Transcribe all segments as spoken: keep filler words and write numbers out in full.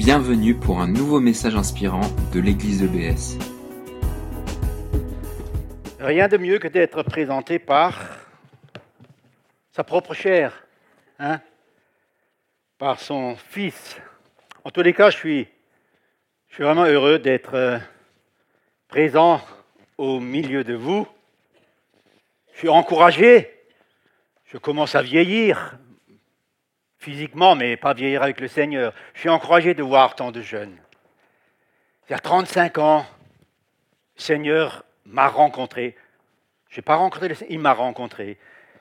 Bienvenue pour un nouveau message inspirant de l'Église E B S. Rien de mieux que d'être présenté par sa propre chair, hein, par son Fils. En tous les cas, je suis, je suis vraiment heureux d'être euh, présent au milieu de vous. Je suis encouragé. Je commence à vieillir, physiquement, mais pas vieillir avec le Seigneur. Je suis encouragé de voir tant de jeunes. Il y a trente-cinq ans, le Seigneur m'a rencontré. Je n'ai pas rencontré le Seigneur, il m'a rencontré.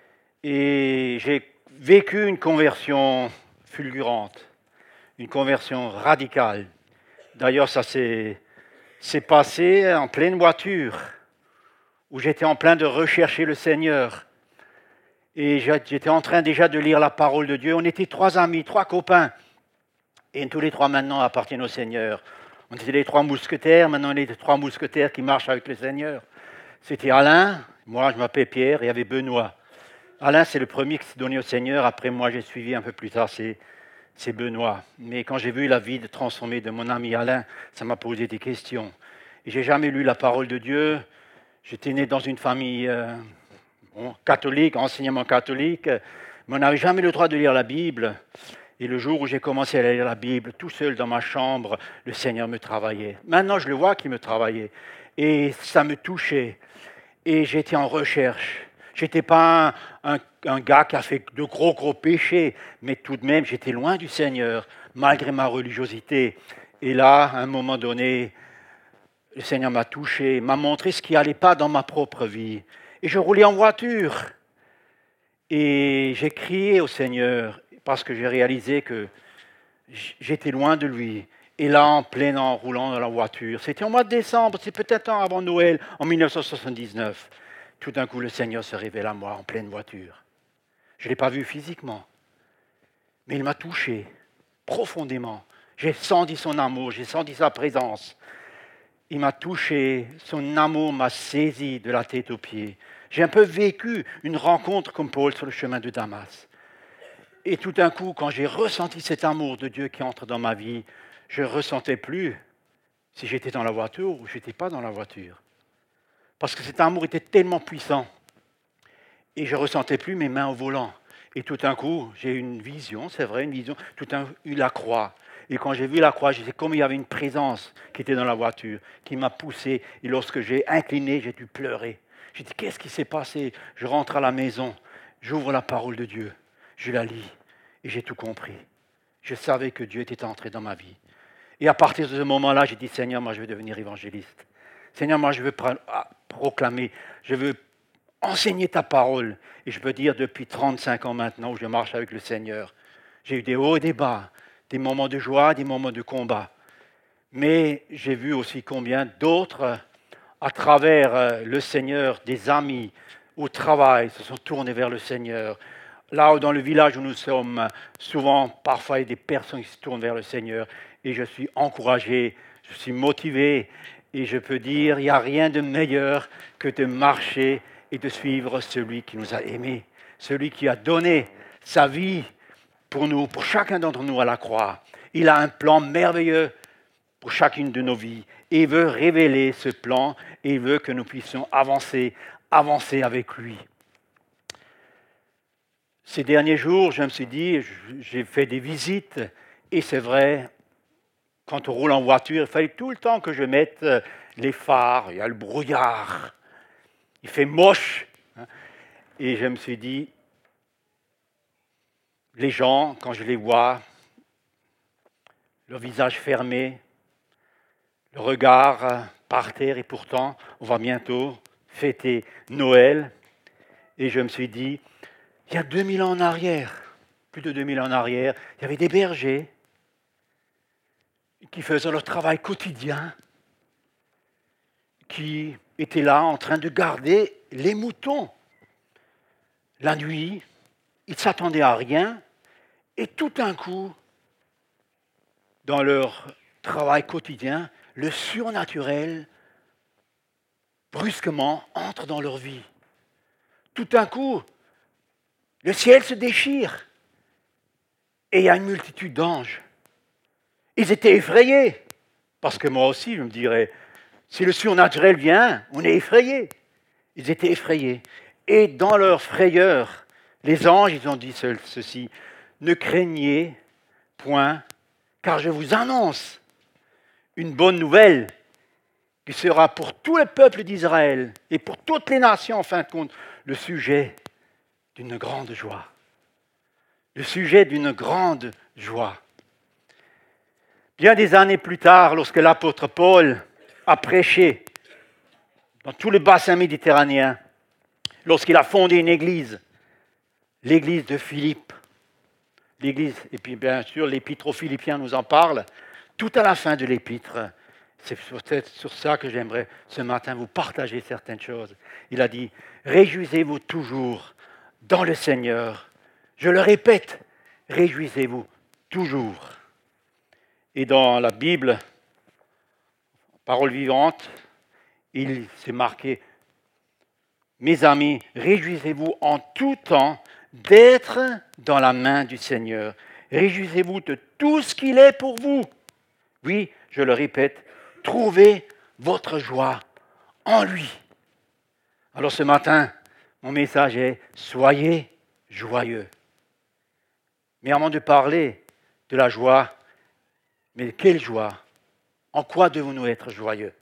Et j'ai vécu une conversion fulgurante, une conversion radicale. D'ailleurs, ça s'est, s'est passé en pleine voiture, où j'étais en plein de rechercher le Seigneur. Et j'étais en train déjà de lire la parole de Dieu. On était trois amis, trois copains. Et tous les trois maintenant appartiennent au Seigneur. On était les trois mousquetaires, maintenant on est les trois mousquetaires qui marchent avec le Seigneur. C'était Alain, moi je m'appelais Pierre, et il y avait Benoît. Alain, c'est le premier qui s'est donné au Seigneur. Après moi, j'ai suivi un peu plus tard, c'est, c'est Benoît. Mais quand j'ai vu la vie transformée de mon ami Alain, ça m'a posé des questions. Et j'ai jamais lu la parole de Dieu. J'étais né dans une famille euh, bon, catholique, enseignement catholique, mais on n'avait jamais le droit de lire la Bible. Et le jour où j'ai commencé à lire la Bible, tout seul dans ma chambre, le Seigneur me travaillait. Maintenant, je le vois qu'il me travaillait. Et ça me touchait. Et j'étais en recherche. Je n'étais pas un, un, un gars qui a fait de gros, gros péchés, mais tout de même, j'étais loin du Seigneur, malgré ma religiosité. Et là, à un moment donné, le Seigneur m'a touché, m'a montré ce qui n'allait pas dans ma propre vie. Et je roulais en voiture. Et j'ai crié au Seigneur, parce que j'ai réalisé que j'étais loin de lui. Et là, en plein en roulant dans la voiture, c'était au mois de décembre, c'est peut-être avant Noël, en mille neuf cent soixante-dix-neuf. Tout d'un coup, le Seigneur se révèle à moi en pleine voiture. Je ne l'ai pas vu physiquement, mais il m'a touché profondément. J'ai senti son amour, j'ai senti sa présence. Il m'a touché, son amour m'a saisi de la tête aux pieds. J'ai un peu vécu une rencontre comme Paul sur le chemin de Damas. Et tout d'un coup, quand j'ai ressenti cet amour de Dieu qui entre dans ma vie, je ne ressentais plus si j'étais dans la voiture ou je n'étais pas dans la voiture. Parce que cet amour était tellement puissant. Et je ne ressentais plus mes mains au volant. Et tout d'un coup, j'ai eu une vision, c'est vrai, une vision, tout d'un coup, eu la croix. Et quand j'ai vu la croix, j'ai comme il y avait une présence qui était dans la voiture, qui m'a poussé. Et lorsque j'ai incliné, j'ai dû pleurer. J'ai dit, qu'est-ce qui s'est passé? Je rentre à la maison, j'ouvre la parole de Dieu, je la lis, et j'ai tout compris. Je savais que Dieu était entré dans ma vie. Et à partir de ce moment-là, j'ai dit, Seigneur, moi je veux devenir évangéliste. Seigneur, moi je veux proclamer, je veux enseigner ta parole. Et je peux dire, depuis trente-cinq ans maintenant, où je marche avec le Seigneur, j'ai eu des hauts et des bas, des moments de joie, des moments de combat. Mais j'ai vu aussi combien d'autres, à travers le Seigneur, des amis au travail, se sont tournés vers le Seigneur. Là, dans le village où nous sommes, souvent, parfois, il y a des personnes qui se tournent vers le Seigneur. Et je suis encouragé, je suis motivé. Et je peux dire, il n'y a rien de meilleur que de marcher et de suivre celui qui nous a aimés, celui qui a donné sa vie pour nous, pour chacun d'entre nous à la croix. Il a un plan merveilleux pour chacune de nos vies. Et il veut révéler ce plan et il veut que nous puissions avancer, avancer avec lui. Ces derniers jours, je me suis dit, j'ai fait des visites et c'est vrai, quand on roule en voiture, il fallait tout le temps que je mette les phares, il y a le brouillard, il fait moche. Et je me suis dit, les gens, quand je les vois, le visage fermé, le regard par terre, et pourtant, on va bientôt fêter Noël. Et je me suis dit, il y a deux mille ans en arrière, plus de deux mille ans en arrière, il y avait des bergers qui faisaient leur travail quotidien, qui étaient là en train de garder les moutons. La nuit, ils ne s'attendaient à rien, et tout d'un coup, dans leur travail quotidien, le surnaturel, brusquement, entre dans leur vie. Tout d'un coup, le ciel se déchire, et il y a une multitude d'anges. Ils étaient effrayés. Parce que moi aussi, je me dirais, si le surnaturel vient, on est effrayé. Ils étaient effrayés. Et dans leur frayeur, les anges, ils ont dit ceci, ne craignez point, car je vous annonce une bonne nouvelle qui sera pour tout le peuple d'Israël et pour toutes les nations, en fin de compte, le sujet d'une grande joie. Le sujet d'une grande joie. Bien des années plus tard, lorsque l'apôtre Paul a prêché dans tout le bassin méditerranéen, lorsqu'il a fondé une église, l'église de Philippe, l'église, et puis bien sûr l'épître aux Philippiens nous en parle, tout à la fin de l'épître, c'est peut-être sur ça que j'aimerais ce matin vous partager certaines choses. Il a dit, réjouissez-vous toujours dans le Seigneur. Je le répète, réjouissez-vous toujours. Et dans la Bible, parole vivante, il s'est marqué, mes amis, réjouissez-vous en tout temps d'être dans la main du Seigneur. Réjouissez-vous de tout ce qu'il est pour vous. Oui, je le répète, trouvez votre joie en lui. Alors ce matin, mon message est soyez joyeux. Mais avant de parler de la joie, mais quelle joie? En quoi devons-nous être joyeux?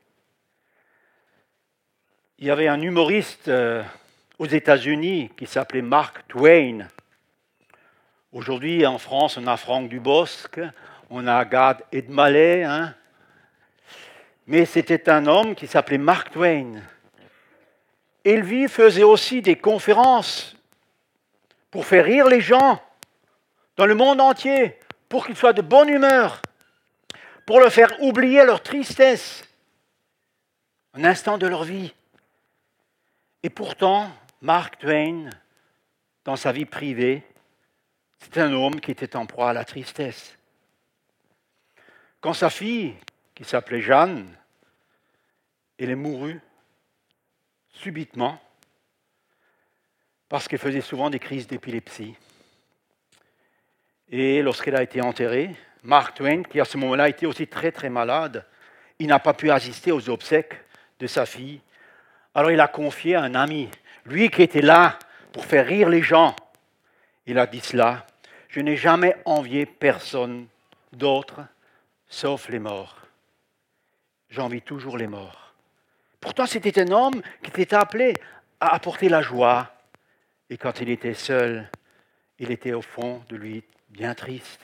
Il y avait un humoriste euh, aux États-Unis qui s'appelait Mark Twain. Aujourd'hui, en France, on a Franck Dubosc, on a Gad Elmaleh, hein. Mais c'était un homme qui s'appelait Mark Twain. Et lui faisait aussi des conférences pour faire rire les gens dans le monde entier, pour qu'ils soient de bonne humeur, pour leur faire oublier leur tristesse, un instant de leur vie. Et pourtant, Mark Twain, dans sa vie privée, c'était un homme qui était en proie à la tristesse. Quand sa fille, qui s'appelait Jeanne, elle est mourue subitement parce qu'elle faisait souvent des crises d'épilepsie. Et lorsqu'elle a été enterrée, Mark Twain, qui à ce moment-là était aussi très très malade, il n'a pas pu assister aux obsèques de sa fille. Alors il a confié à un ami, lui qui était là pour faire rire les gens. Il a dit cela, je n'ai jamais envié personne d'autre, sauf les morts. J'envie toujours les morts. Pourtant, c'était un homme qui était appelé à apporter la joie. Et quand il était seul, il était au fond de lui bien triste.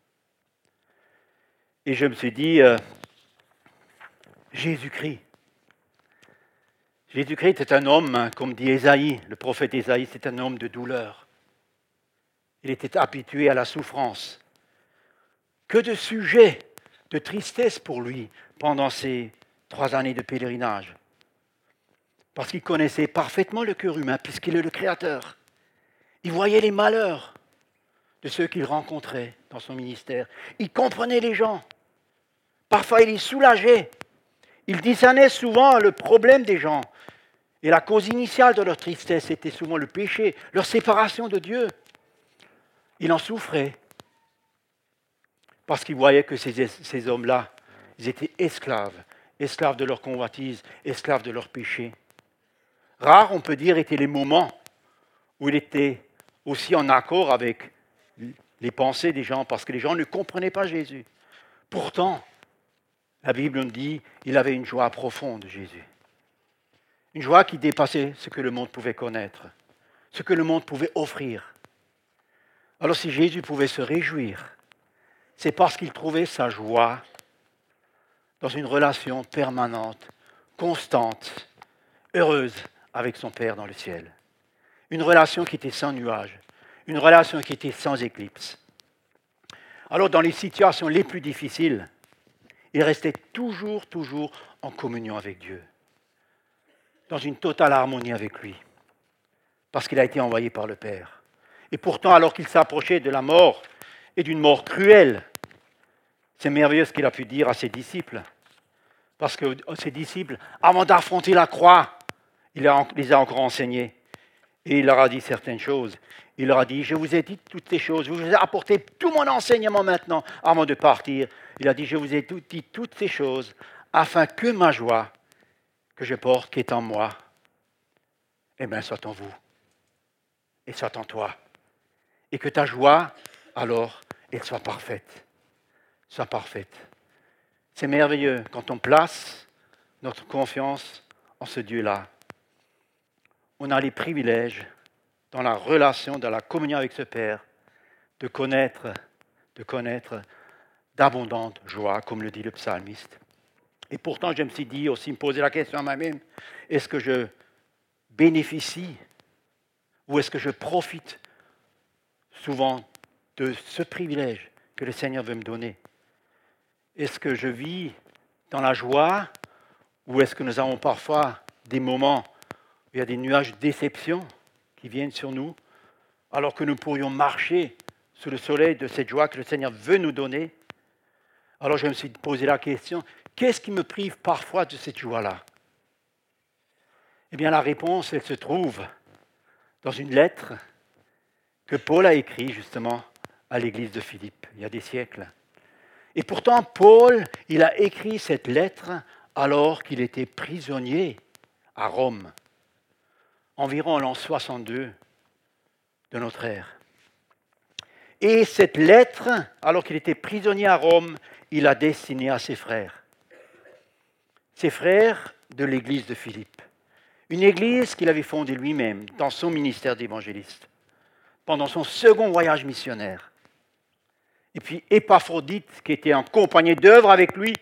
Et je me suis dit, euh, Jésus-Christ. Jésus-Christ est un homme, comme dit Ésaïe, le prophète Ésaïe, c'est un homme de douleur. Il était habitué à la souffrance. Que de sujets de tristesse pour lui pendant ces trois années de pèlerinage. Parce qu'il connaissait parfaitement le cœur humain, puisqu'il est le Créateur. Il voyait les malheurs de ceux qu'il rencontrait dans son ministère. Il comprenait les gens. Parfois, il les soulageait. Il discernait souvent le problème des gens. Et la cause initiale de leur tristesse était souvent le péché, leur séparation de Dieu. Il en souffrait. Parce qu'il voyait que ces, ces hommes-là, ils étaient esclaves. Esclaves de leur convoitise, esclaves de leur péché. Rares, on peut dire, étaient les moments où il était aussi en accord avec les pensées des gens, parce que les gens ne comprenaient pas Jésus. Pourtant, la Bible nous dit qu'il avait une joie profonde, Jésus. Une joie qui dépassait ce que le monde pouvait connaître, ce que le monde pouvait offrir. Alors si Jésus pouvait se réjouir, c'est parce qu'il trouvait sa joie dans une relation permanente, constante, heureuse avec son Père dans le ciel. Une relation qui était sans nuage, une relation qui était sans éclipse. Alors dans les situations les plus difficiles, il restait toujours, toujours en communion avec Dieu, dans une totale harmonie avec lui, parce qu'il a été envoyé par le Père. Et pourtant, alors qu'il s'approchait de la mort, et d'une mort cruelle, c'est merveilleux ce qu'il a pu dire à ses disciples, parce que ses disciples, avant d'affronter la croix, il les a encore enseignés, et il leur a dit certaines choses. il leur a dit, je vous ai dit toutes ces choses, je vous ai apporté tout mon enseignement maintenant avant de partir. Il a dit, je vous ai tout dit toutes ces choses afin que ma joie que je porte, qui est en moi, eh bien, soit en vous et soit en toi. Et que ta joie, alors, elle soit parfaite. Soit parfaite. C'est merveilleux quand on place notre confiance en ce Dieu-là. On a les privilèges dans la relation, dans la communion avec ce Père, de connaître, de connaître d'abondante joie, comme le dit le psalmiste. Et pourtant, je me suis dit aussi, me poser la question à moi-même, est-ce que je bénéficie ou est-ce que je profite souvent de ce privilège que le Seigneur veut me donner? Est-ce que je vis dans la joie ou est-ce que nous avons parfois des moments où il y a des nuages de déception qui viennent sur nous alors que nous pourrions marcher sous le soleil de cette joie que le Seigneur veut nous donner? Alors je me suis posé la question, qu'est-ce qui me prive parfois de cette joie-là? Eh bien la réponse, elle se trouve dans une lettre que Paul a écrite justement à l'église de Philippe, il y a des siècles. Et pourtant, Paul, il a écrit cette lettre alors qu'il était prisonnier à Rome, environ en l'an soixante-deux de notre ère. Et cette lettre, alors qu'il était prisonnier à Rome, il a destinée à ses frères. Ses frères de l'église de Philippe. Une église qu'il avait fondée lui-même dans son ministère d'évangéliste, pendant son second voyage missionnaire. Et puis Épaphrodite, qui était en compagnie d'œuvre avec lui,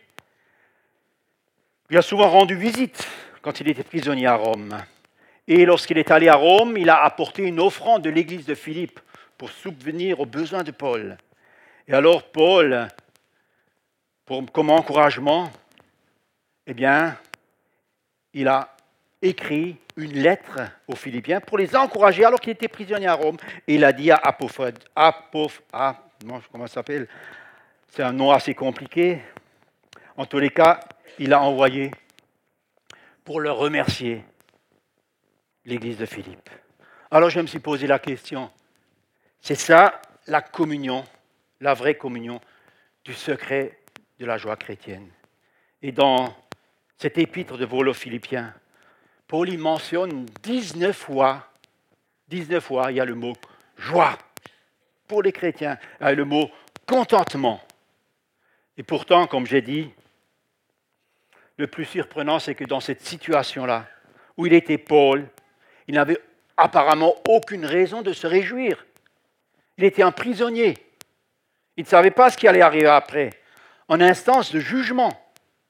lui a souvent rendu visite quand il était prisonnier à Rome. Et lorsqu'il est allé à Rome, il a apporté une offrande de l'église de Philippe pour subvenir aux besoins de Paul. Et alors Paul, pour, comme encouragement, eh bien, il a écrit une lettre aux Philippiens pour les encourager alors qu'il était prisonnier à Rome. Et il a dit à Apophode, Apoph, ah, non, comment ça s'appelle? C'est un nom assez compliqué. En tous les cas, il a envoyé pour le remercier l'église de Philippe. Alors je me suis posé la question, c'est ça la communion, la vraie communion du secret de la joie chrétienne. Et dans cet épître de Paul aux Philippiens, Paul y mentionne dix-neuf fois, dix-neuf fois, il y a le mot joie pour les chrétiens, il y a le mot contentement. Et pourtant, comme j'ai dit, le plus surprenant, c'est que dans cette situation-là, où il était Paul, il n'avait apparemment aucune raison de se réjouir. Il était un prisonnier. Il ne savait pas ce qui allait arriver après, en instance de jugement.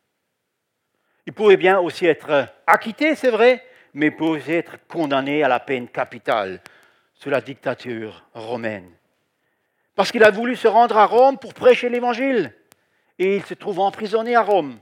Il pouvait bien aussi être acquitté, c'est vrai, mais il pouvait aussi être condamné à la peine capitale sous la dictature romaine. Parce qu'il a voulu se rendre à Rome pour prêcher l'Évangile. Et il se trouve emprisonné à Rome.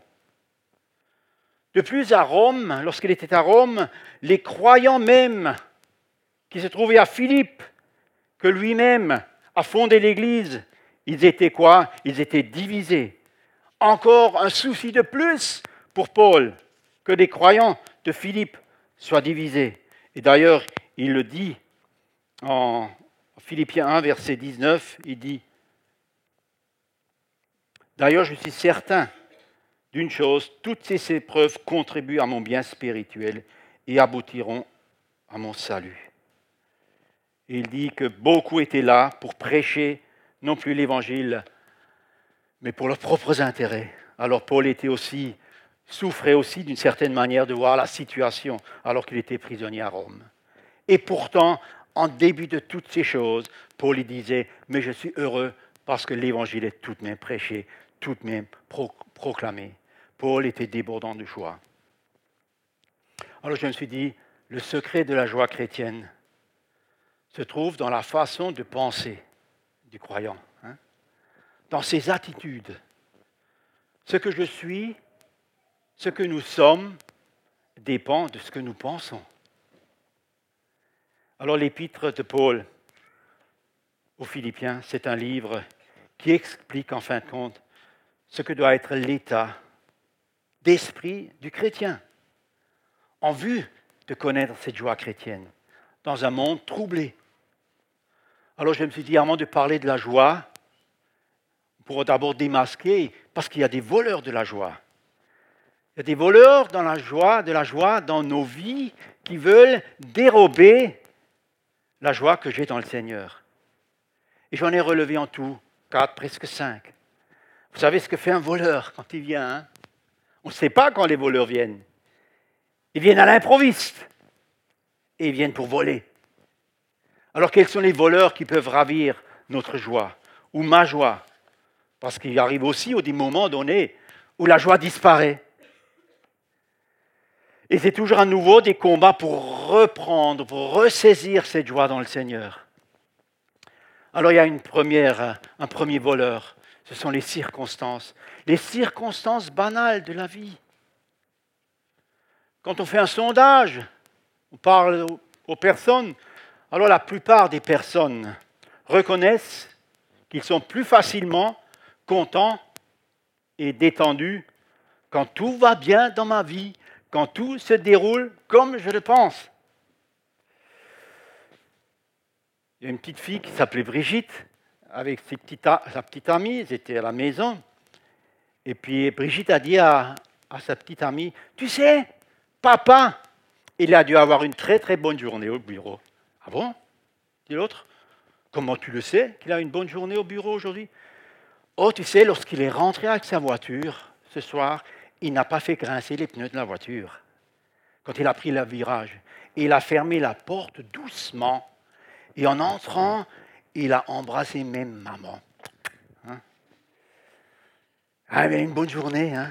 De plus, à Rome, lorsqu'il était à Rome, les croyants même qui se trouvaient à Philippe, que lui-même a fondé l'Église, ils étaient quoi? Ils étaient divisés. Encore un souci de plus pour Paul, que les croyants de Philippe soient divisés. Et d'ailleurs, il le dit en Philippiens un, verset dix-neuf, il dit « D'ailleurs, je suis certain d'une chose, toutes ces épreuves contribuent à mon bien spirituel et aboutiront à mon salut. » Et il dit que beaucoup étaient là pour prêcher non plus l'Évangile, mais pour leurs propres intérêts. Alors Paul était aussi, souffrait aussi d'une certaine manière de voir la situation alors qu'il était prisonnier à Rome. Et pourtant, en début de toutes ces choses, Paul y disait « Mais je suis heureux parce que l'Évangile est tout de même prêché, tout de même pro- proclamé. » Paul était débordant de joie. Alors je me suis dit, le secret de la joie chrétienne se trouve dans la façon de penser du croyant, hein, dans ses attitudes. Ce que je suis, ce que nous sommes, dépend de ce que nous pensons. Alors l'épître de Paul aux Philippiens, c'est un livre qui explique en fin de compte ce que doit être l'état d'esprit du chrétien en vue de connaître cette joie chrétienne dans un monde troublé. Alors je me suis dit, avant de parler de la joie, pour d'abord démasquer, parce qu'il y a des voleurs de la joie. Il y a des voleurs dans la joie, de la joie dans nos vies qui veulent dérober la joie que j'ai dans le Seigneur. Et j'en ai relevé en tout quatre, presque cinq. Vous savez ce que fait un voleur quand il vient, hein? On ne sait pas quand les voleurs viennent. Ils viennent à l'improviste. Et ils viennent pour voler. Alors quels sont les voleurs qui peuvent ravir notre joie ou ma joie? Parce qu'il arrive aussi au moment donné où la joie disparaît. Et c'est toujours à nouveau des combats pour reprendre, pour ressaisir cette joie dans le Seigneur. Alors il y a une première, un premier voleur, ce sont les circonstances. Les circonstances banales de la vie. Quand on fait un sondage, on parle aux personnes, alors la plupart des personnes reconnaissent qu'ils sont plus facilement contents et détendus quand tout va bien dans ma vie, quand tout se déroule comme je le pense. Il y a une petite fille qui s'appelait Brigitte, avec ses petites, sa petite amie, ils étaient à la maison. Et puis Brigitte a dit à, à sa petite amie, « Tu sais, papa, il a dû avoir une très très bonne journée au bureau. » « Ah bon ?» dit l'autre. « Comment tu le sais qu'il a une bonne journée au bureau aujourd'hui ?»« Oh, tu sais, lorsqu'il est rentré avec sa voiture, ce soir, il n'a pas fait grincer les pneus de la voiture. Quand il a pris le virage, il a fermé la porte doucement. Et en entrant, il a embrassé même maman. Hein? Ah, mais une bonne journée. Hein?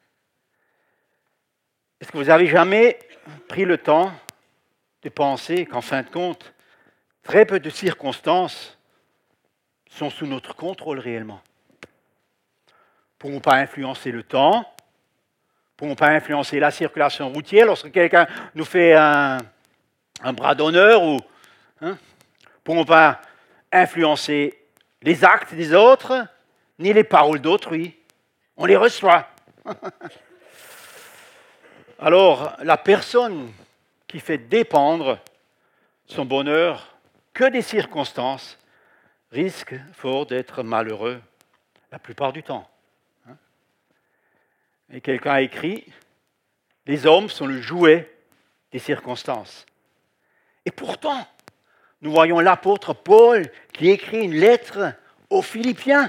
Est-ce que vous avez jamais pris le temps de penser qu'en fin de compte, très peu de circonstances sont sous notre contrôle réellement? Pour ne pas influencer le temps, pour ne pas influencer la circulation routière, lorsque quelqu'un nous fait un, un bras d'honneur, ou hein, pour ne pas influencer les actes des autres, ni les paroles d'autrui. On les reçoit. Alors, la personne qui fait dépendre son bonheur que des circonstances risque fort d'être malheureux la plupart du temps. Et quelqu'un a écrit, « Les hommes sont le jouet des circonstances. » Et pourtant, nous voyons l'apôtre Paul qui écrit une lettre aux Philippiens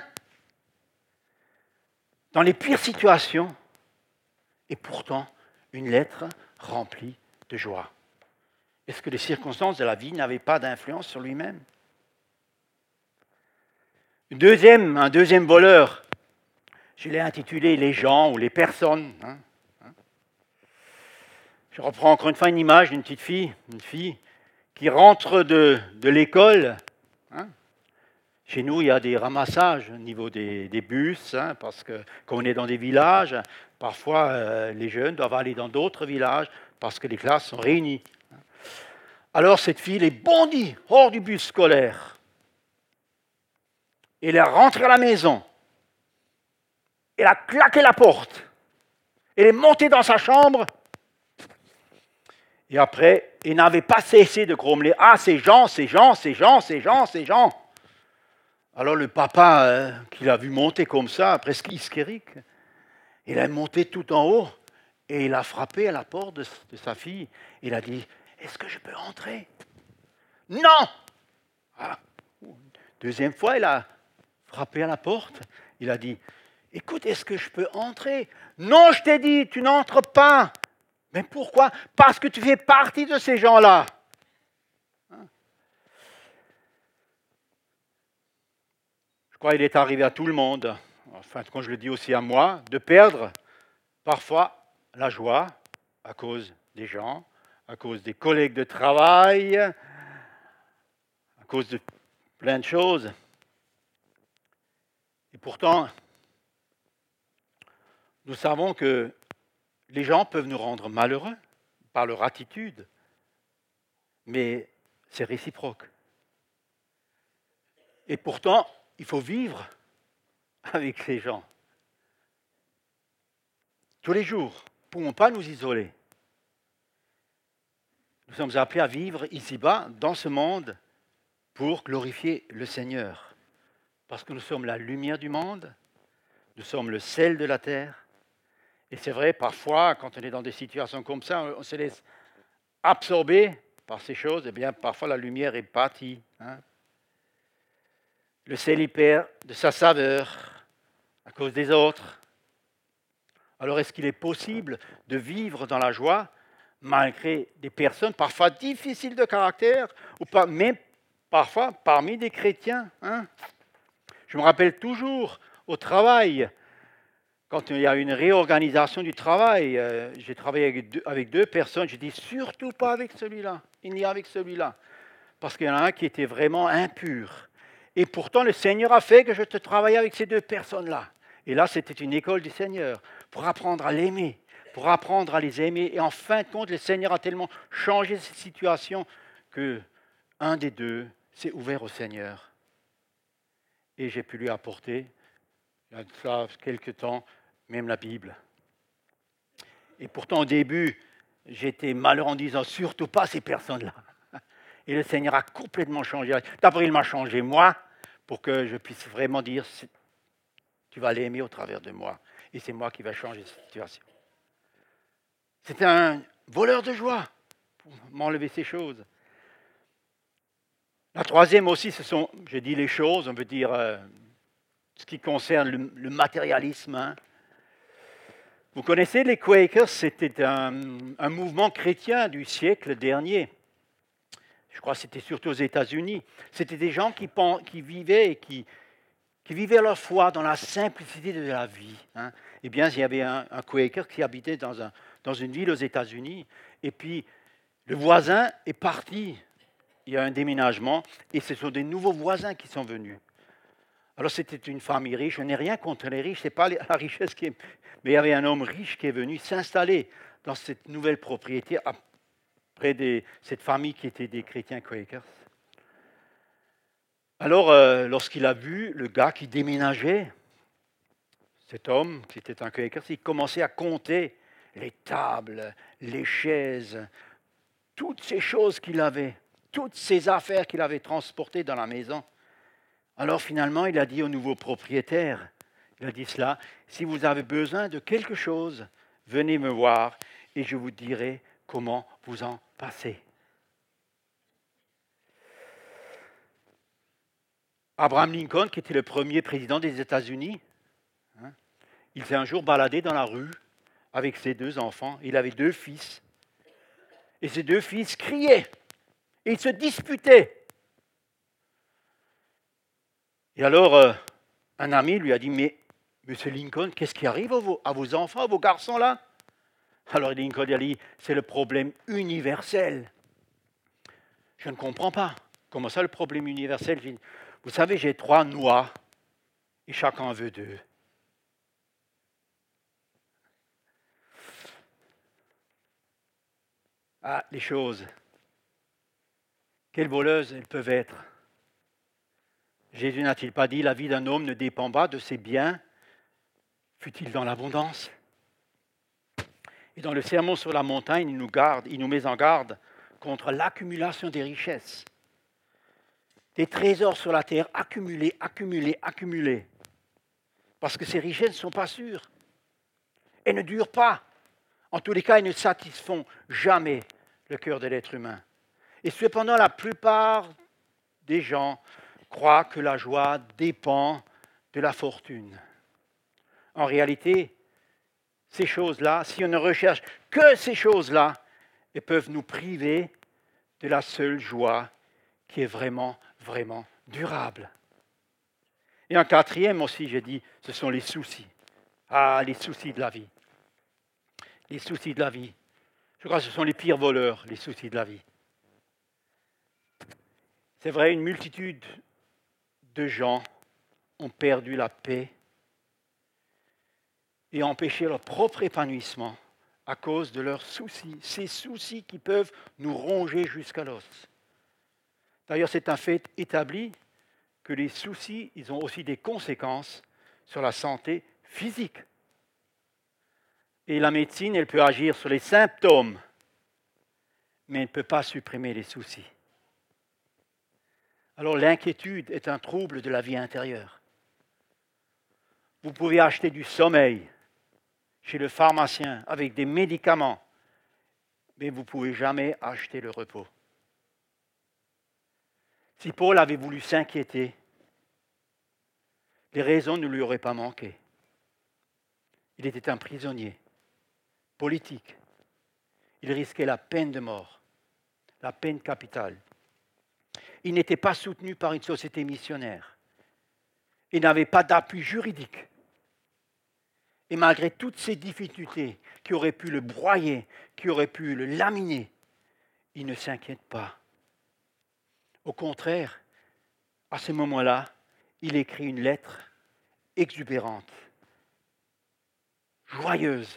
dans les pires situations, et pourtant une lettre remplie de joie. Est-ce que les circonstances de la vie n'avaient pas d'influence sur lui-même? Une deuxième, un deuxième voleur, je l'ai intitulé « Les gens » ou « Les personnes ». Hein, hein. Je reprends encore une fois une image d'une petite fille, une fille qui rentre de, de l'école. Hein. Chez nous, il y a des ramassages au niveau des, des bus, hein, parce que quand on est dans des villages, parfois euh, les jeunes doivent aller dans d'autres villages parce que les classes sont réunies. Alors cette fille est bondie hors du bus scolaire. Elle est rentrée à la maison. Elle a claqué la porte. Elle est montée dans sa chambre. Et après, elle n'avait pas cessé de grommeler. Ah, ces gens, ces gens, ces gens, ces gens, ces gens. Alors le papa, euh, qui l'a vu monter comme ça, presque hystérique, il est monté tout en haut et il a frappé à la porte de, de sa fille. Il a dit, est-ce que je peux entrer? Non! Ah. Deuxième fois, il a frappé à la porte. Il a dit, écoute, est-ce que je peux entrer? Non, je t'ai dit, tu n'entres pas. Mais pourquoi? Parce que tu fais partie de ces gens-là. Je crois qu'il est arrivé à tout le monde, enfin, quand je le dis aussi à moi, de perdre parfois la joie à cause des gens, à cause des collègues de travail, à cause de plein de choses. Et pourtant, nous savons que les gens peuvent nous rendre malheureux par leur attitude, mais c'est réciproque. Et pourtant, il faut vivre avec ces gens. Tous les jours, nous ne pouvons pas nous isoler. Nous sommes appelés à vivre ici-bas, dans ce monde, pour glorifier le Seigneur. Parce que nous sommes la lumière du monde, nous sommes le sel de la terre. Et c'est vrai, parfois, quand on est dans des situations comme ça, on se laisse absorber par ces choses, et bien parfois la lumière est partie. Hein. Le sel y perd de sa saveur à cause des autres. Alors est-ce qu'il est possible de vivre dans la joie malgré des personnes parfois difficiles de caractère, ou pas, même parfois parmi des chrétiens, hein? Je me rappelle toujours au travail, quand il y a une réorganisation du travail, euh, j'ai travaillé avec deux, avec deux personnes, j'ai dit surtout pas avec celui-là, il n'y a avec celui-là, parce qu'il y en a un qui était vraiment impur. Et pourtant, le Seigneur a fait que je te travaille avec ces deux personnes-là. Et là, c'était une école du Seigneur, pour apprendre à l'aimer, pour apprendre à les aimer. Et en fin de compte, le Seigneur a tellement changé cette situation que un des deux s'est ouvert au Seigneur. Et j'ai pu lui apporter, il y a de ça quelques temps, même la Bible. Et pourtant, au début, j'étais malheureux en disant surtout pas ces personnes-là. Et le Seigneur a complètement changé. D'abord, il m'a changé moi, pour que je puisse vraiment dire tu vas l'aimer au travers de moi. Et c'est moi qui vais changer cette situation. C'était un voleur de joie pour m'enlever ces choses. La troisième aussi, ce sont, je dis les choses, on veut dire euh, ce qui concerne le, le matérialisme. Hein. Vous connaissez les Quakers, c'était un, un mouvement chrétien du siècle dernier. Je crois que c'était surtout aux États-Unis. C'était des gens qui, qui vivaient et qui, qui vivaient leur foi dans la simplicité de la vie. Hein. Eh bien, il y avait un, un Quaker qui habitait dans, un, dans une ville aux États-Unis, et puis le voisin est parti. Il y a un déménagement, et ce sont des nouveaux voisins qui sont venus. Alors, c'était une famille riche. Je n'ai rien contre les riches, ce n'est pas la richesse qui est... Mais il y avait un homme riche qui est venu s'installer dans cette nouvelle propriété près de cette famille qui était des chrétiens Quakers. Alors, euh, lorsqu'il a vu le gars qui déménageait, cet homme qui était un Quaker, il commençait à compter les tables, les chaises, toutes ces choses qu'il avait, toutes ces affaires qu'il avait transportées dans la maison. Alors finalement, il a dit au nouveau propriétaire, il a dit cela, si vous avez besoin de quelque chose, venez me voir et je vous dirai comment vous en passer. Abraham Lincoln, qui était le premier président des États-Unis, hein, il s'est un jour baladé dans la rue avec ses deux enfants. Il avait deux fils. Et ces deux fils criaient. Et ils se disputaient. Et alors, euh, un ami lui a dit, mais Monsieur Lincoln, qu'est-ce qui arrive à vos, à vos enfants, à vos garçons là? Alors Lincoln a dit, c'est le problème universel. Je ne comprends pas. Comment ça, le problème universel? Vous savez, j'ai trois noix et chacun veut deux. Ah, les choses. Quelles voleuses elles peuvent être. Jésus n'a-t-il pas dit, la vie d'un homme ne dépend pas de ses biens, fut-il dans l'abondance? Et dans le sermon sur la montagne, il nous garde, il nous met en garde contre l'accumulation des richesses. Des trésors sur la terre accumulés, accumulés, accumulés. Parce que ces richesses ne sont pas sûres. Elles ne durent pas. En tous les cas, elles ne satisfont jamais le cœur de l'être humain. Et cependant, la plupart des gens croient que la joie dépend de la fortune. En réalité, ces choses-là, si on ne recherche que ces choses-là, elles peuvent nous priver de la seule joie qui est vraiment, vraiment durable. Et en quatrième aussi, j'ai dit, ce sont les soucis. Ah, les soucis de la vie. Les soucis de la vie. Je crois que ce sont les pires voleurs, les soucis de la vie. C'est vrai, une multitude de gens ont perdu la paix et empêché leur propre épanouissement à cause de leurs soucis. Ces soucis qui peuvent nous ronger jusqu'à l'os. D'ailleurs, c'est un fait établi que les soucis, ils ont aussi des conséquences sur la santé physique. Et la médecine, elle peut agir sur les symptômes, mais elle ne peut pas supprimer les soucis. Alors l'inquiétude est un trouble de la vie intérieure. Vous pouvez acheter du sommeil chez le pharmacien avec des médicaments, mais vous ne pouvez jamais acheter le repos. Si Paul avait voulu s'inquiéter, les raisons ne lui auraient pas manqué. Il était un prisonnier politique. Il risquait la peine de mort, la peine capitale. Il n'était pas soutenu par une société missionnaire. Il n'avait pas d'appui juridique. Et malgré toutes ces difficultés qui auraient pu le broyer, qui auraient pu le laminer, il ne s'inquiète pas. Au contraire, à ce moment-là, il écrit une lettre exubérante, joyeuse,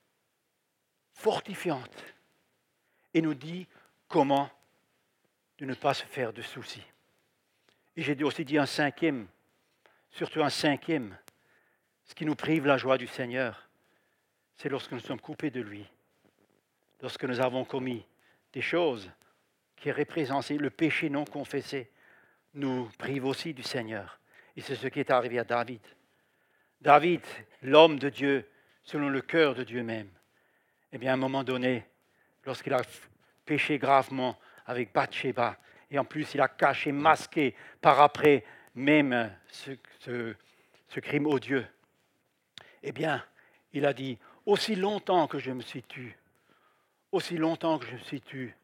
fortifiante, et nous dit comment de ne pas se faire de soucis. Et j'ai aussi dit un cinquième, surtout un cinquième, ce qui nous prive la joie du Seigneur, c'est lorsque nous sommes coupés de lui, lorsque nous avons commis des choses qui représentent le péché non confessé, nous prive aussi du Seigneur. Et c'est ce qui est arrivé à David. David, l'homme de Dieu, selon le cœur de Dieu même, eh bien, à un moment donné, lorsqu'il a péché gravement avec Bathsheba, et en plus il a caché, masqué par après même ce, ce, ce crime odieux, eh bien, il a dit, aussi longtemps que je me suis tu, aussi longtemps que je me suis tu,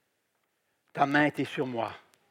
ta main était sur moi.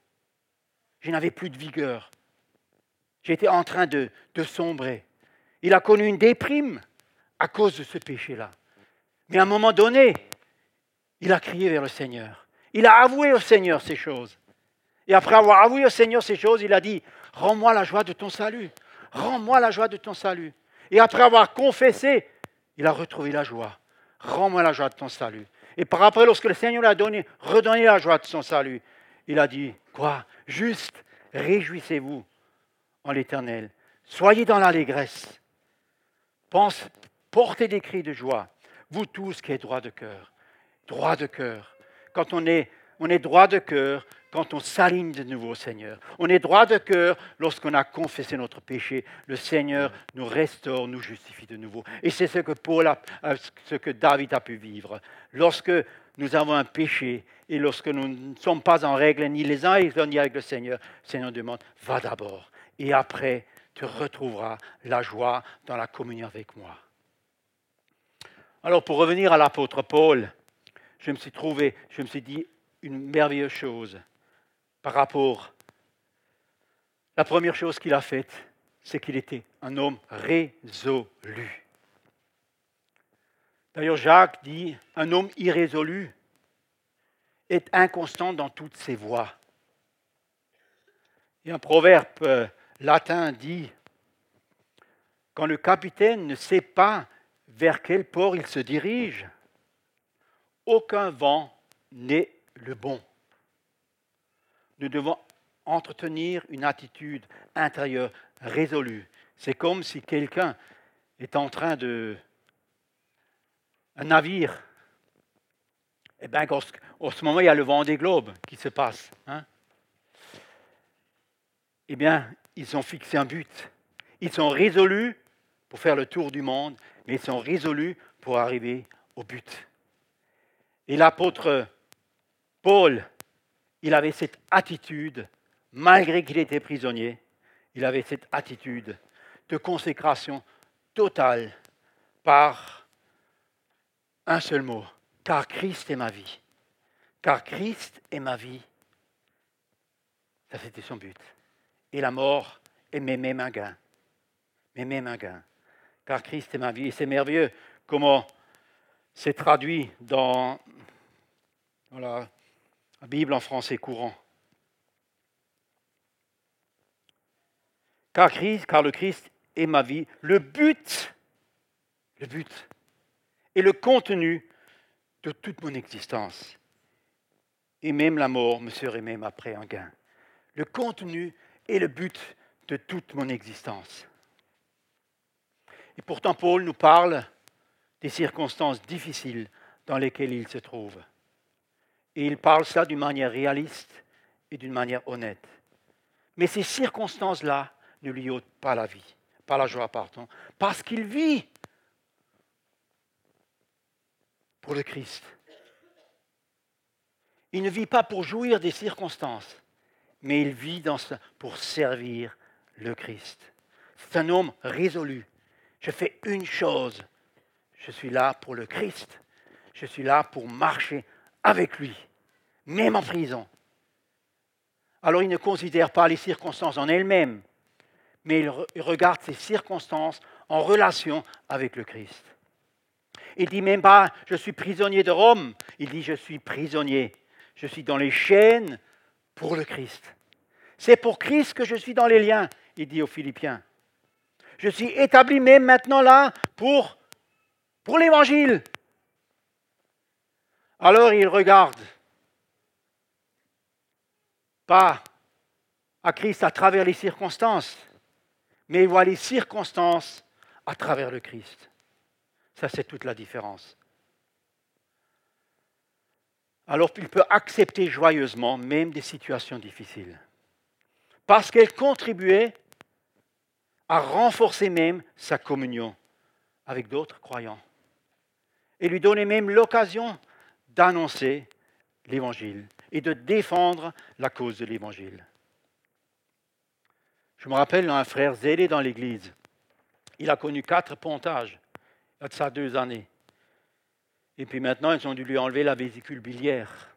Je n'avais plus de vigueur. J'étais en train de, de sombrer. Il a connu une déprime à cause de ce péché-là. Mais à un moment donné, il a crié vers le Seigneur. Il a avoué au Seigneur ces choses. Et après avoir avoué au Seigneur ces choses, il a dit, rends-moi la joie de ton salut. Rends-moi la joie de ton salut. Et après avoir confessé, il a retrouvé la joie. Rends-moi la joie de ton salut. Et par après, lorsque le Seigneur lui a donné, redonné la joie de son salut, il a dit, quoi? Juste, réjouissez-vous en l'Éternel. Soyez dans l'allégresse. Pense, portez des cris de joie. Vous tous qui êtes droit de cœur. Droit de cœur. Quand on est, on est droit de cœur, quand on s'aligne de nouveau au Seigneur. On est droit de cœur lorsqu'on a confessé notre péché. Le Seigneur nous restaure, nous justifie de nouveau. Et c'est ce que Paul a, ce que David a pu vivre. Lorsque nous avons un péché et lorsque nous ne sommes pas en règle ni les uns et les autres ni avec le Seigneur, le Seigneur demande, va d'abord. Et après, tu retrouveras la joie dans la communion avec moi. Alors pour revenir à l'apôtre Paul, je me suis trouvé, je me suis dit une merveilleuse chose par rapport. La première chose qu'il a faite, c'est qu'il était un homme résolu. D'ailleurs, Jacques dit, un homme irrésolu est inconstant dans toutes ses voies. Et un proverbe euh, latin dit, quand le capitaine ne sait pas vers quel port il se dirige, aucun vent n'est le bon. Nous devons entretenir une attitude intérieure résolue. C'est comme si quelqu'un est en train de... Un navire. Eh bien, en ce moment, il y a le vent des globes qui se passe. Hein? Eh bien, ils ont fixé un but. Ils sont résolus pour faire le tour du monde, mais ils sont résolus pour arriver au but. Et l'apôtre Paul, il avait cette attitude, malgré qu'il était prisonnier, il avait cette attitude de consécration totale par un seul mot, car Christ est ma vie. Car Christ est ma vie. Ça, c'était son but. Et la mort est même un gain. Mais même un gain. Car Christ est ma vie. Et c'est merveilleux comment c'est traduit dans, dans la, la Bible en français courant. Car Christ, car le Christ est ma vie. Le but, le but et le contenu de toute mon existence. Et même la mort me serait même après un gain. Le contenu et le but de toute mon existence. Et pourtant, Paul nous parle des circonstances difficiles dans lesquelles il se trouve. Et il parle ça d'une manière réaliste et d'une manière honnête. Mais ces circonstances-là ne lui ôtent pas la vie, pas la joie, pardon, parce qu'il vit pour le Christ. Il ne vit pas pour jouir des circonstances, mais il vit dans ce, pour servir le Christ. C'est un homme résolu. Je fais une chose. Je suis là pour le Christ. Je suis là pour marcher avec lui, même en prison. Alors il ne considère pas les circonstances en elles-mêmes, mais il, re- il regarde ces circonstances en relation avec le Christ. Il dit même pas « je suis prisonnier de Rome », il dit « je suis prisonnier, je suis dans les chaînes pour le Christ ». C'est pour Christ que je suis dans les liens, il dit aux Philippiens. Je suis établi même maintenant là pour, pour l'Évangile. Alors il regarde pas à Christ à travers les circonstances, mais il voit les circonstances à travers le Christ. Ça, c'est toute la différence. Alors il peut accepter joyeusement même des situations difficiles, parce qu'elles contribuaient à renforcer même sa communion avec d'autres croyants et lui donner même l'occasion d'annoncer l'Évangile et de défendre la cause de l'Évangile. Je me rappelle d'un frère zélé dans l'Église. Il a connu quatre pontages, il y a de ça deux années. Et puis maintenant, ils ont dû lui enlever la vésicule biliaire.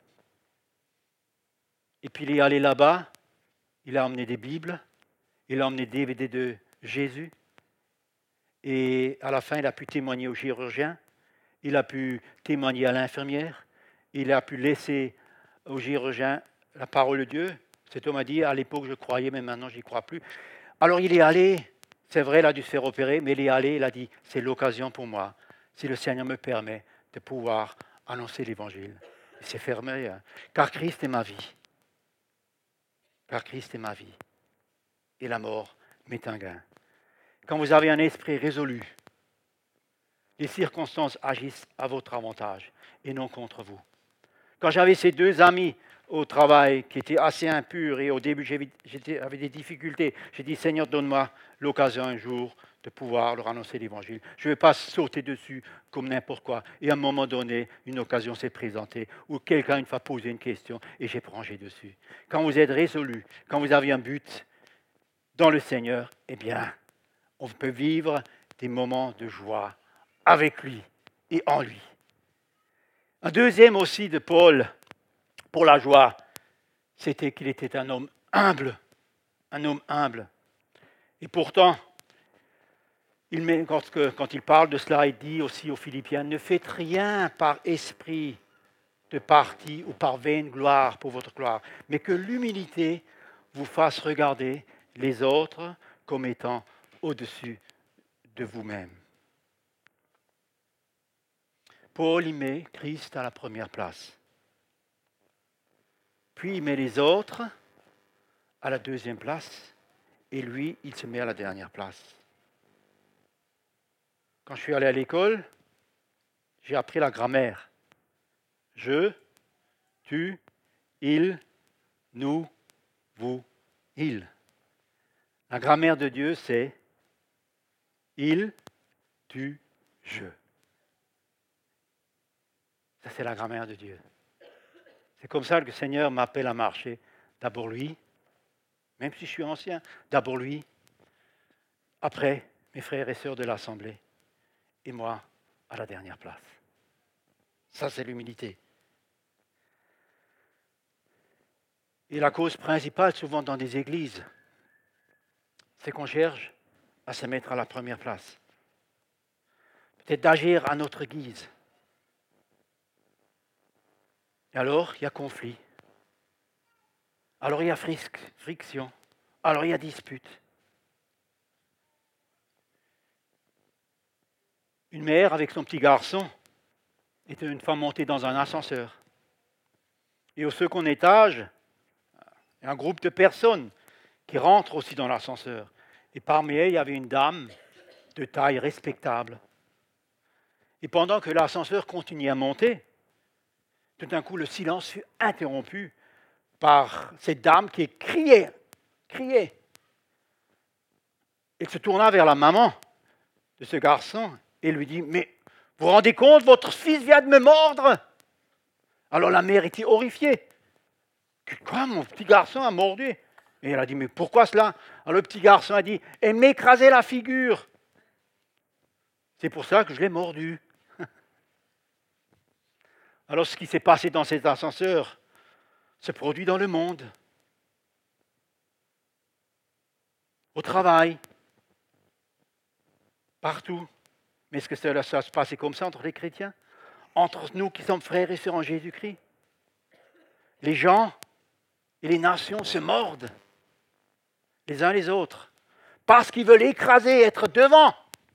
Et puis il est allé là-bas, il a emmené des Bibles, il a emmené des D V D de Jésus. Et à la fin, il a pu témoigner au chirurgien, il a pu témoigner à l'infirmière, il a pu laisser au chirurgien la parole de Dieu. Cet homme a dit, à l'époque je croyais, mais maintenant je n'y crois plus. Alors il est allé, c'est vrai, il a dû se faire opérer, mais il est allé, il a dit, c'est l'occasion pour moi, si le Seigneur me permet, de pouvoir annoncer l'Évangile. Il s'est fermé, hein. Car Christ est ma vie. Car Christ est ma vie. Et la mort m'est un gain. Quand vous avez un esprit résolu, les circonstances agissent à votre avantage et non contre vous. Quand j'avais ces deux amis au travail qui étaient assez impurs et au début j'avais des difficultés, j'ai dit Seigneur, donne-moi l'occasion un jour de pouvoir leur annoncer l'Évangile. Je ne vais pas sauter dessus comme n'importe quoi. Et à un moment donné, une occasion s'est présentée où quelqu'un une fois posé une question et j'ai plongé dessus. Quand vous êtes résolu, quand vous avez un but dans le Seigneur, eh bien, on peut vivre des moments de joie avec lui et en lui. Un deuxième aussi de Paul pour la joie, c'était qu'il était un homme humble, un homme humble. Et pourtant, il met, quand, quand il parle de cela, il dit aussi aux Philippiens, ne faites rien par esprit de parti ou par vaine gloire pour votre gloire, mais que l'humilité vous fasse regarder les autres comme étant au-dessus de vous-même. Paul y met Christ à la première place. Puis il met les autres à la deuxième place et lui, il se met à la dernière place. Quand je suis allé à l'école, j'ai appris la grammaire. Je, tu, il, nous, vous, il. La grammaire de Dieu, c'est il, tu, je. Ça, c'est la grammaire de Dieu. C'est comme ça que le Seigneur m'appelle à marcher. D'abord lui, même si je suis ancien, d'abord lui, après mes frères et sœurs de l'Assemblée, et moi à la dernière place. Ça, c'est l'humilité. Et la cause principale, souvent dans des églises, c'est qu'on cherche à se mettre à la première place. Peut-être d'agir à notre guise. Et alors, il y a conflit. Alors, il y a friction. Alors, il y a dispute. Une mère avec son petit garçon était une fois montée dans un ascenseur. Et au second étage, il y a un groupe de personnes qui rentrent aussi dans l'ascenseur. Et parmi elles, il y avait une dame de taille respectable. Et pendant que l'ascenseur continuait à monter, tout d'un coup, le silence fut interrompu par cette dame qui criait criait. Il se tourna vers la maman de ce garçon et lui dit, mais vous vous rendez compte, votre fils vient de me mordre. Alors la mère était horrifiée. Quoi, mon petit garçon a mordu? Et elle a dit, mais pourquoi cela? Alors le petit garçon a dit, elle m'écrasait la figure. C'est pour ça que je l'ai mordu. Alors ce qui s'est passé dans cet ascenseur se produit dans le monde, au travail, partout. Mais est-ce que ça, ça se passait comme ça entre les chrétiens? Entre nous qui sommes frères et sœurs en Jésus-Christ? Les gens et les nations se mordent les uns les autres parce qu'ils veulent écraser, être devant.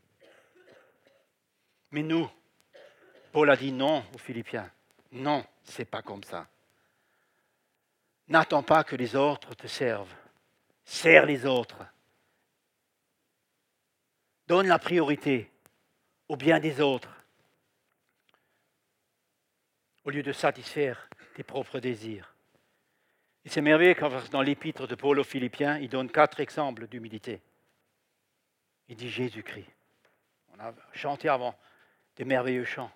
Mais nous, Paul a dit non aux Philippiens. Non, ce n'est pas comme ça. N'attends pas que les autres te servent. Sers les autres. Donne la priorité au bien des autres au lieu de satisfaire tes propres désirs. Et c'est merveilleux quand dans l'épître de Paul aux Philippiens, il donne quatre exemples d'humilité. Il dit Jésus-Christ. On a chanté avant des merveilleux chants.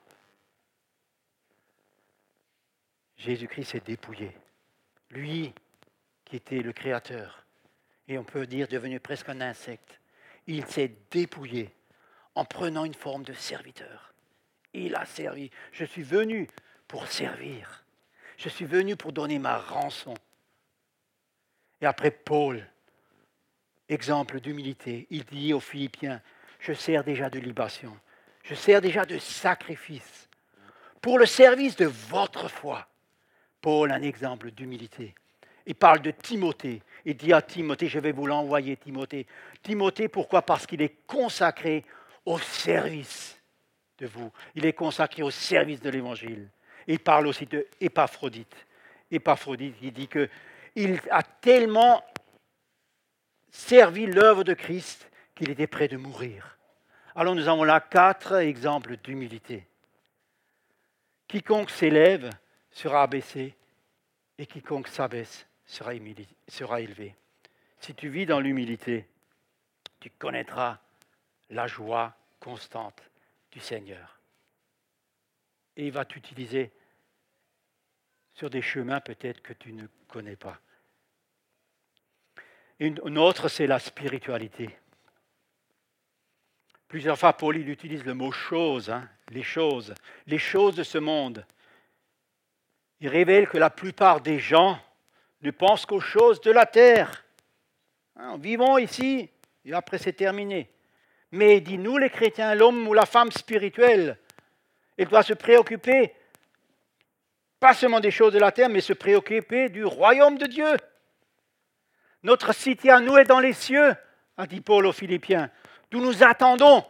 Jésus-Christ s'est dépouillé. Lui qui était le Créateur, et on peut dire devenu presque un insecte, il s'est dépouillé en prenant une forme de serviteur. Il a servi. Je suis venu pour servir. Je suis venu pour donner ma rançon. Et après Paul, exemple d'humilité, il dit aux Philippiens, je sers déjà de libation, je sers déjà de sacrifice pour le service de votre foi. Paul, un exemple d'humilité. Il parle de Timothée. Il dit à Timothée, je vais vous l'envoyer, Timothée. Timothée, pourquoi? Parce qu'il est consacré au service de vous. Il est consacré au service de l'Évangile. Il parle aussi de Épaphrodite. Épaphrodite, il dit qu'il a tellement servi l'œuvre de Christ qu'il était prêt de mourir. Alors nous avons là quatre exemples d'humilité. Quiconque s'élève sera abaissé et quiconque s'abaisse sera, humili- sera élevé. Si tu vis dans l'humilité, tu connaîtras la joie constante du Seigneur. Et il va t'utiliser sur des chemins peut-être que tu ne connais pas. Une, une autre, c'est la spiritualité. Plusieurs fois, Paul il utilise le mot choses, hein, les choses, les choses de ce monde. Il révèle que la plupart des gens ne pensent qu'aux choses de la terre. Hein, vivons ici, et après c'est terminé. Mais il dit, nous les chrétiens, l'homme ou la femme spirituelle, il doit se préoccuper, pas seulement des choses de la terre, mais se préoccuper du royaume de Dieu. Notre cité à nous est dans les cieux, a dit Paul aux Philippiens, d'où nous attendons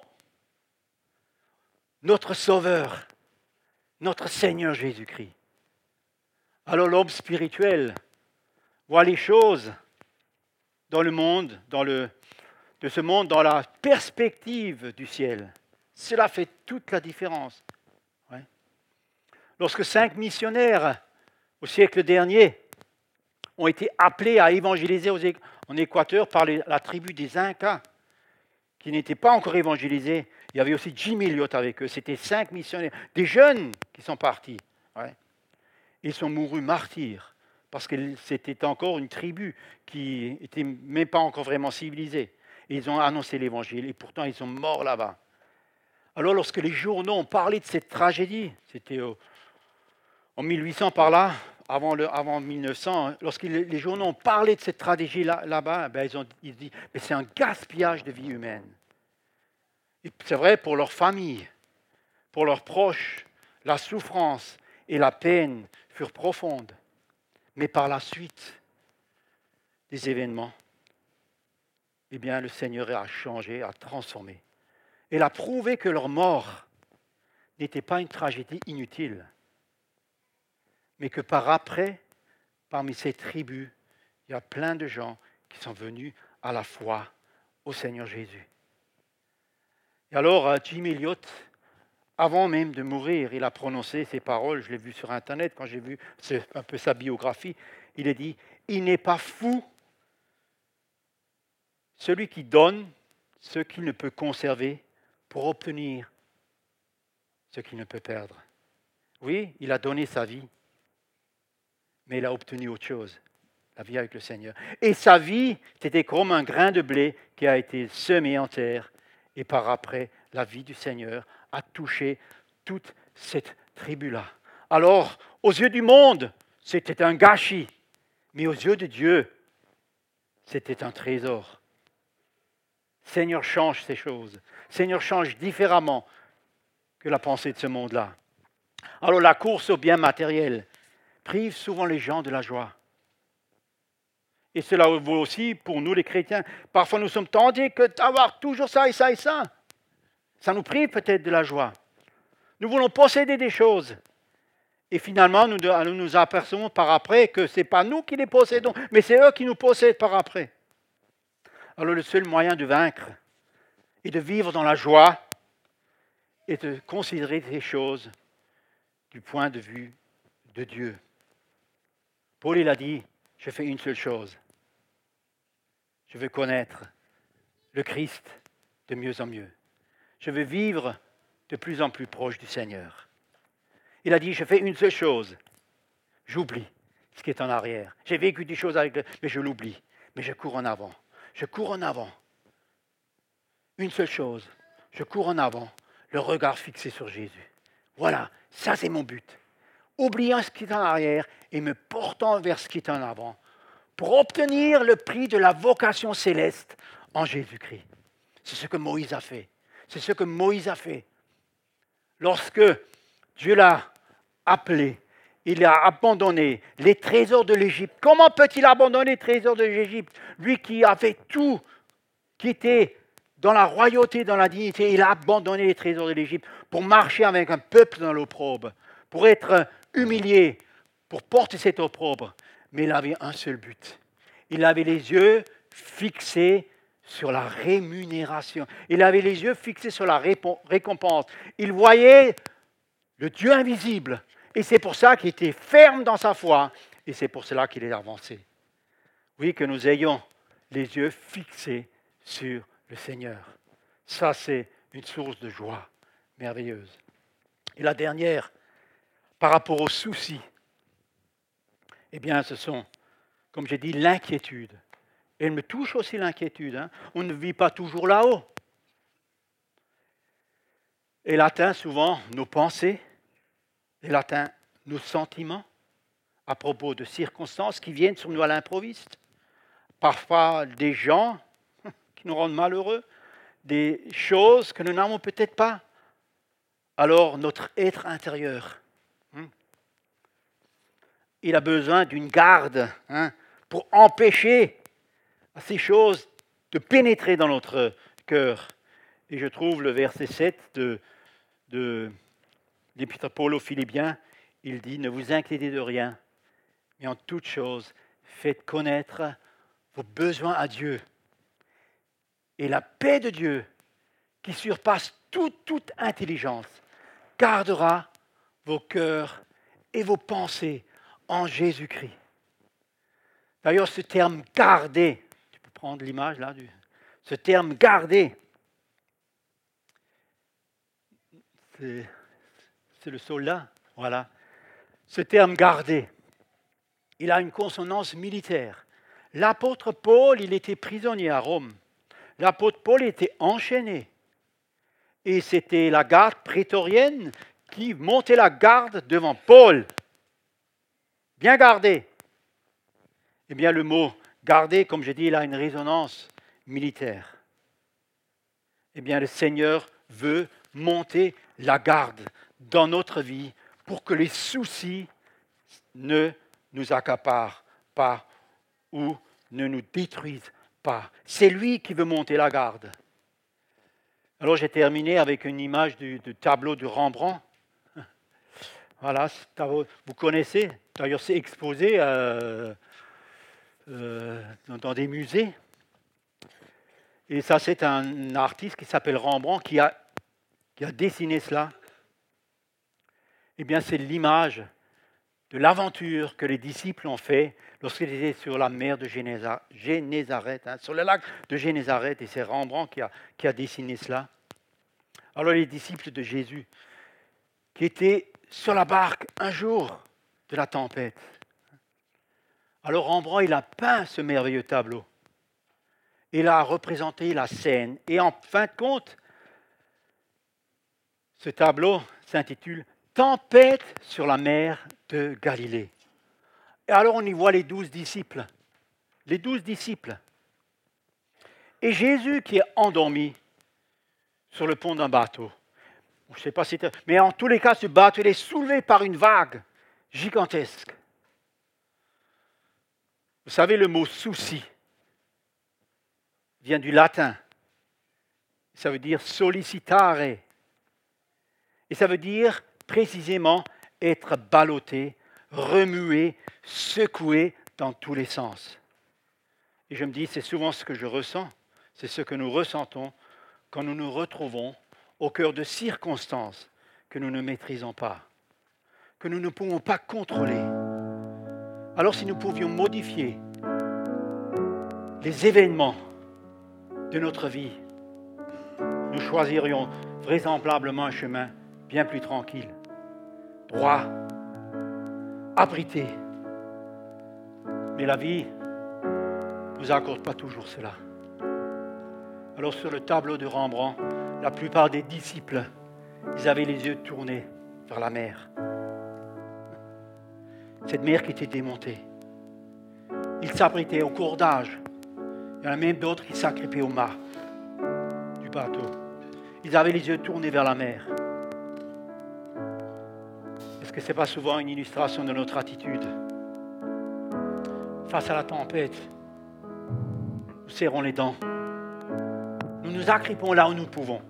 notre Sauveur, notre Seigneur Jésus-Christ. Alors l'homme spirituel voit les choses dans le monde, dans le, de ce monde, dans la perspective du ciel. Cela fait toute la différence. Ouais. Lorsque cinq missionnaires au siècle dernier ont été appelés à évangéliser aux, en Équateur par les, la tribu des Incas, qui n'étaient pas encore évangélisés, il y avait aussi Jim Elliot avec eux. C'était cinq missionnaires, des jeunes qui sont partis. Ouais. Ils sont mourus martyrs, parce que c'était encore une tribu qui n'était même pas encore vraiment civilisée. Et ils ont annoncé l'évangile, et pourtant ils sont morts là-bas. Alors lorsque les journaux ont parlé de cette tragédie, c'était au, en mille huit cents par là, avant, le, avant mille neuf cents, lorsque les journaux ont parlé de cette tragédie là, là-bas, ben ils ont ils dit mais c'est un gaspillage de vie humaine. Et c'est vrai pour leurs familles, pour leurs proches, la souffrance et la peine furent profondes. Mais par la suite des événements, eh bien, le Seigneur a changé, a transformé. Il a prouvé que leur mort n'était pas une tragédie inutile, mais que par après, parmi ces tribus, il y a plein de gens qui sont venus à la foi au Seigneur Jésus. Et alors, Jim Elliot, avant même de mourir, il a prononcé ces paroles, je l'ai vu sur Internet, quand j'ai vu un peu sa biographie, il a dit « Il n'est pas fou celui qui donne ce qu'il ne peut conserver pour obtenir ce qu'il ne peut perdre. Oui, il a donné sa vie, mais il a obtenu autre chose, la vie avec le Seigneur. Et sa vie, c'était comme un grain de blé qui a été semé en terre, et par après, la vie du Seigneur a touché toute cette tribu-là. Alors, aux yeux du monde, c'était un gâchis, mais aux yeux de Dieu, c'était un trésor. Seigneur change ces choses. Seigneur change différemment que la pensée de ce monde-là. Alors la course au bien matériel prive souvent les gens de la joie. Et cela vaut aussi pour nous les chrétiens. Parfois nous sommes tentés que d'avoir toujours ça et ça et ça. Ça nous prive peut-être de la joie. Nous voulons posséder des choses. Et finalement, nous nous apercevons par après que ce n'est pas nous qui les possédons, mais c'est eux qui nous possèdent par après. Alors le seul moyen de vaincre et de vivre dans la joie est de considérer ces choses du point de vue de Dieu. Paul, il a dit, je fais une seule chose. Je veux connaître le Christ de mieux en mieux. Je veux vivre de plus en plus proche du Seigneur. Il a dit, je fais une seule chose. J'oublie ce qui est en arrière. J'ai vécu des choses avec le... mais je l'oublie. Mais je cours en avant. Je cours en avant. Une seule chose. Je cours en avant. Le regard fixé sur Jésus. Voilà, ça c'est mon but. Oubliant ce qui est en arrière et me portant vers ce qui est en avant. Pour obtenir le prix de la vocation céleste en Jésus-Christ. C'est ce que Moïse a fait. C'est ce que Moïse a fait. Lorsque Dieu l'a appelé, il a abandonné les trésors de l'Égypte. Comment peut-il abandonner les trésors de l'Égypte? Lui qui avait tout, qui était dans la royauté, dans la dignité, il a abandonné les trésors de l'Égypte pour marcher avec un peuple dans l'opprobre, pour être humilié, pour porter cette opprobre. Mais il avait un seul but. Il avait les yeux fixés sur la rémunération. Il avait les yeux fixés sur la récompense. Il voyait le Dieu invisible. Et c'est pour ça qu'il était ferme dans sa foi. Et c'est pour cela qu'il est avancé. Oui, que nous ayons les yeux fixés sur le Seigneur. Ça, c'est une source de joie merveilleuse. Et la dernière, par rapport aux soucis, eh bien, ce sont, comme j'ai dit, l'inquiétude. Et elle me touche aussi l'inquiétude. Hein. On ne vit pas toujours là-haut. Elle atteint souvent nos pensées, elle atteint nos sentiments à propos de circonstances qui viennent sur nous à l'improviste. Parfois des gens qui nous rendent malheureux, des choses que nous n'avons peut-être pas. Alors notre être intérieur, hein, il a besoin d'une garde hein, pour empêcher ces choses de pénétrer dans notre cœur. Et je trouve le verset sept de, de l'Épître Paul aux Philippiens, il dit « Ne vous inquiétez de rien, mais en toute chose, faites connaître vos besoins à Dieu. Et la paix de Dieu, qui surpasse toute, toute intelligence, gardera vos cœurs et vos pensées en Jésus-Christ. » D'ailleurs, ce terme « garder », tu peux prendre l'image là, du, ce terme « garder », c'est, c'est le soldat, voilà. Ce terme « garder », il a une consonance militaire. L'apôtre Paul, il était prisonnier à Rome. L'apôtre Paul était enchaîné. Et c'était la garde prétorienne qui montait la garde devant Paul. Bien gardé. Eh bien, le mot « garder », comme je dis, il a une résonance militaire. Eh bien, le Seigneur veut monter la garde dans notre vie pour que les soucis ne nous accaparent pas ou ne nous détruisent pas. C'est lui qui veut monter la garde. Alors j'ai terminé avec une image du, du tableau de Rembrandt. Voilà, vous connaissez, d'ailleurs c'est exposé euh, euh, dans, dans des musées. Et ça c'est un artiste qui s'appelle Rembrandt qui a, qui a dessiné cela. Eh bien c'est l'image de l'aventure que les disciples ont fait lorsqu'ils étaient sur la mer de Généza- Génézareth, hein, sur le lac de Génézareth, et c'est Rembrandt qui a, qui a dessiné cela. Alors les disciples de Jésus, qui étaient sur la barque un jour de la tempête. Alors Rembrandt, il a peint ce merveilleux tableau. Il a représenté la scène. Et en fin de compte, ce tableau s'intitule « Tempête sur la mer de Galilée ». Et alors on y voit les douze disciples. Les douze disciples. Et Jésus qui est endormi sur le pont d'un bateau. Je ne sais pas si c'était... Mais en tous les cas, ce bateau il est soulevé par une vague gigantesque. Vous savez, le mot « souci » vient du latin. Ça veut dire « sollicitare ». Et ça veut dire précisément être ballotté, remué, secoué dans tous les sens. Et je me dis, c'est souvent ce que je ressens, c'est ce que nous ressentons quand nous nous retrouvons au cœur de circonstances que nous ne maîtrisons pas, que nous ne pouvons pas contrôler. Alors si nous pouvions modifier les événements de notre vie, nous choisirions vraisemblablement un chemin bien plus tranquille, droit, abrité. Mais la vie ne nous accorde pas toujours cela. Alors sur le tableau de Rembrandt, la plupart des disciples, ils avaient les yeux tournés vers la mer. Cette mer qui était démontée. Ils s'abritaient au cordage. Il y en a même d'autres qui s'agrippaient au mât du bateau. Ils avaient les yeux tournés vers la mer. Est-ce que ce n'est pas souvent une illustration de notre attitude? Face à la tempête, nous serrons les dents. Nous nous agrippons là où nous pouvons.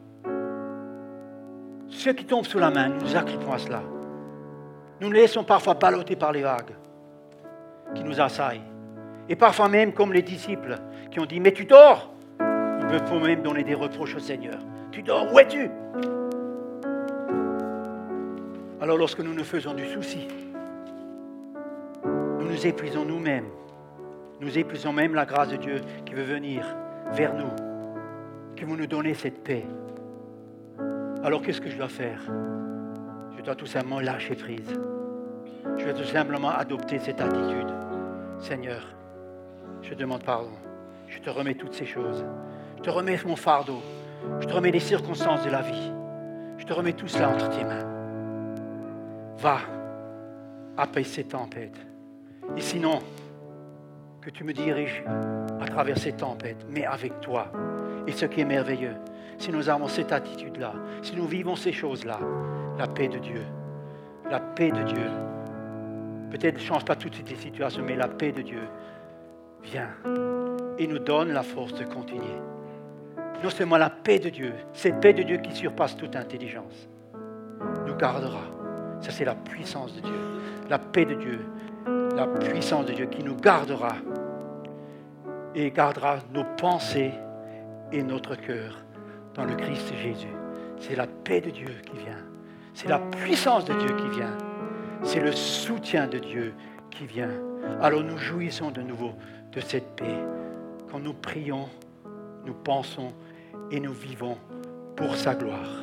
Ceux qui tombent sous la main, nous nous agrippons à cela. Nous nous laissons parfois balloter par les vagues qui nous assaillent. Et parfois même, comme les disciples qui ont dit « Mais tu dors !» Ils peuvent même donner des reproches au Seigneur. « Tu dors, où es-tu » Alors lorsque nous nous faisons du souci, nous nous épuisons nous-mêmes. Nous épuisons même la grâce de Dieu qui veut venir vers nous, qui veut nous donner cette paix. Alors qu'est-ce que je dois faire? Je dois tout simplement lâcher prise. Je dois tout simplement adopter cette attitude. Seigneur, je demande pardon. Je te remets toutes ces choses. Je te remets mon fardeau. Je te remets les circonstances de la vie. Je te remets tout cela entre tes mains. Va, apaise ces tempêtes. Et sinon, que tu me diriges à travers ces tempêtes, mais avec toi. Et ce qui est merveilleux, si nous avons cette attitude-là, si nous vivons ces choses-là, la paix de Dieu, la paix de Dieu, peut-être ne change pas toutes ces situations, mais la paix de Dieu vient et nous donne la force de continuer. Non seulement la paix de Dieu, cette paix de Dieu qui surpasse toute intelligence, nous gardera. Ça, c'est la puissance de Dieu. La paix de Dieu, la puissance de Dieu qui nous gardera et gardera nos pensées et notre cœur dans le Christ Jésus. C'est la paix de Dieu qui vient. C'est la puissance de Dieu qui vient. C'est le soutien de Dieu qui vient. Alors nous jouissons de nouveau de cette paix. Quand nous prions, nous pensons et nous vivons pour sa gloire.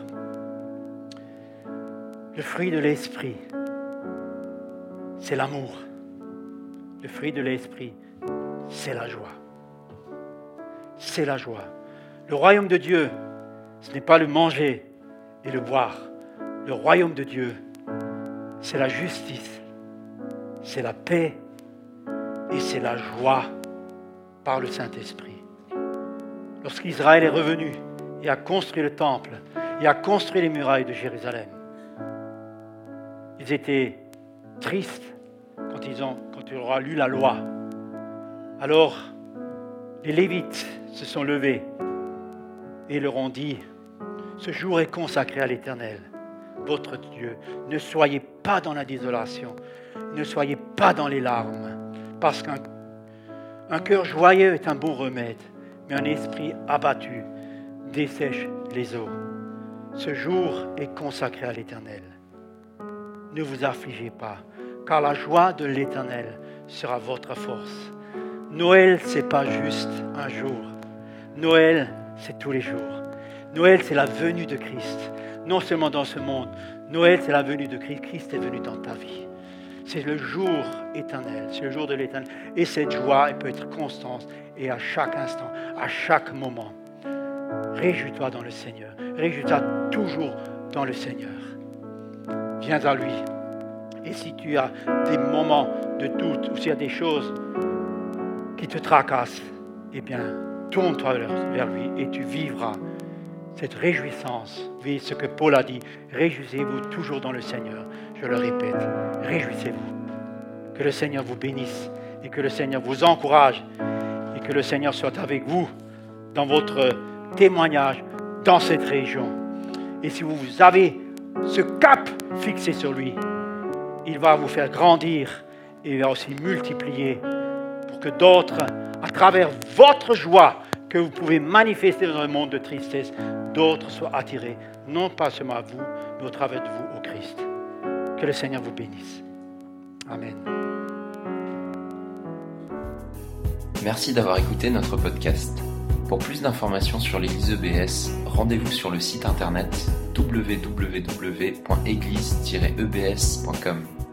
Le fruit de l'esprit, c'est l'amour. Le fruit de l'esprit, c'est la joie. C'est la joie. Le royaume de Dieu, ce n'est pas le manger et le boire. Le royaume de Dieu, c'est la justice, c'est la paix et c'est la joie par le Saint-Esprit. Lorsqu'Israël est revenu et a construit le temple et a construit les murailles de Jérusalem, ils étaient tristes quand ils ont, quand ils auront lu la loi. Alors, les Lévites se sont levés et leur ont dit, ce jour est consacré à l'Éternel, votre Dieu. Ne soyez pas dans la désolation, ne soyez pas dans les larmes, parce qu'un un cœur joyeux est un bon remède, mais un esprit abattu dessèche les eaux. Ce jour est consacré à l'Éternel. Ne vous affligez pas, car la joie de l'Éternel sera votre force. Noël, ce n'est pas juste un jour. Noël, c'est tous les jours. Noël, c'est la venue de Christ. Non seulement dans ce monde. Noël, c'est la venue de Christ. Christ est venu dans ta vie. C'est le jour éternel. C'est le jour de l'Éternel. Et cette joie, elle peut être constante. Et à chaque instant, à chaque moment. Réjouis-toi dans le Seigneur. Réjouis-toi toujours dans le Seigneur. Viens à lui. Et si tu as des moments de doute ou s'il y a des choses qui te tracassent, eh bien, tourne-toi vers lui et tu vivras cette réjouissance. Oui, ce que Paul a dit, réjouissez-vous toujours dans le Seigneur. Je le répète, réjouissez-vous. Que le Seigneur vous bénisse et que le Seigneur vous encourage et que le Seigneur soit avec vous dans votre témoignage dans cette région. Et si vous avez ce cap fixé sur lui, il va vous faire grandir et il va aussi multiplier pour que d'autres, à travers votre joie que vous pouvez manifester dans un monde de tristesse, d'autres soient attirés, non pas seulement à vous, mais au travers de vous au Christ. Que le Seigneur vous bénisse. Amen. Merci d'avoir écouté notre podcast. Pour plus d'informations sur l'Église E B S, rendez-vous sur le site internet w w w point église tiret e b s point com.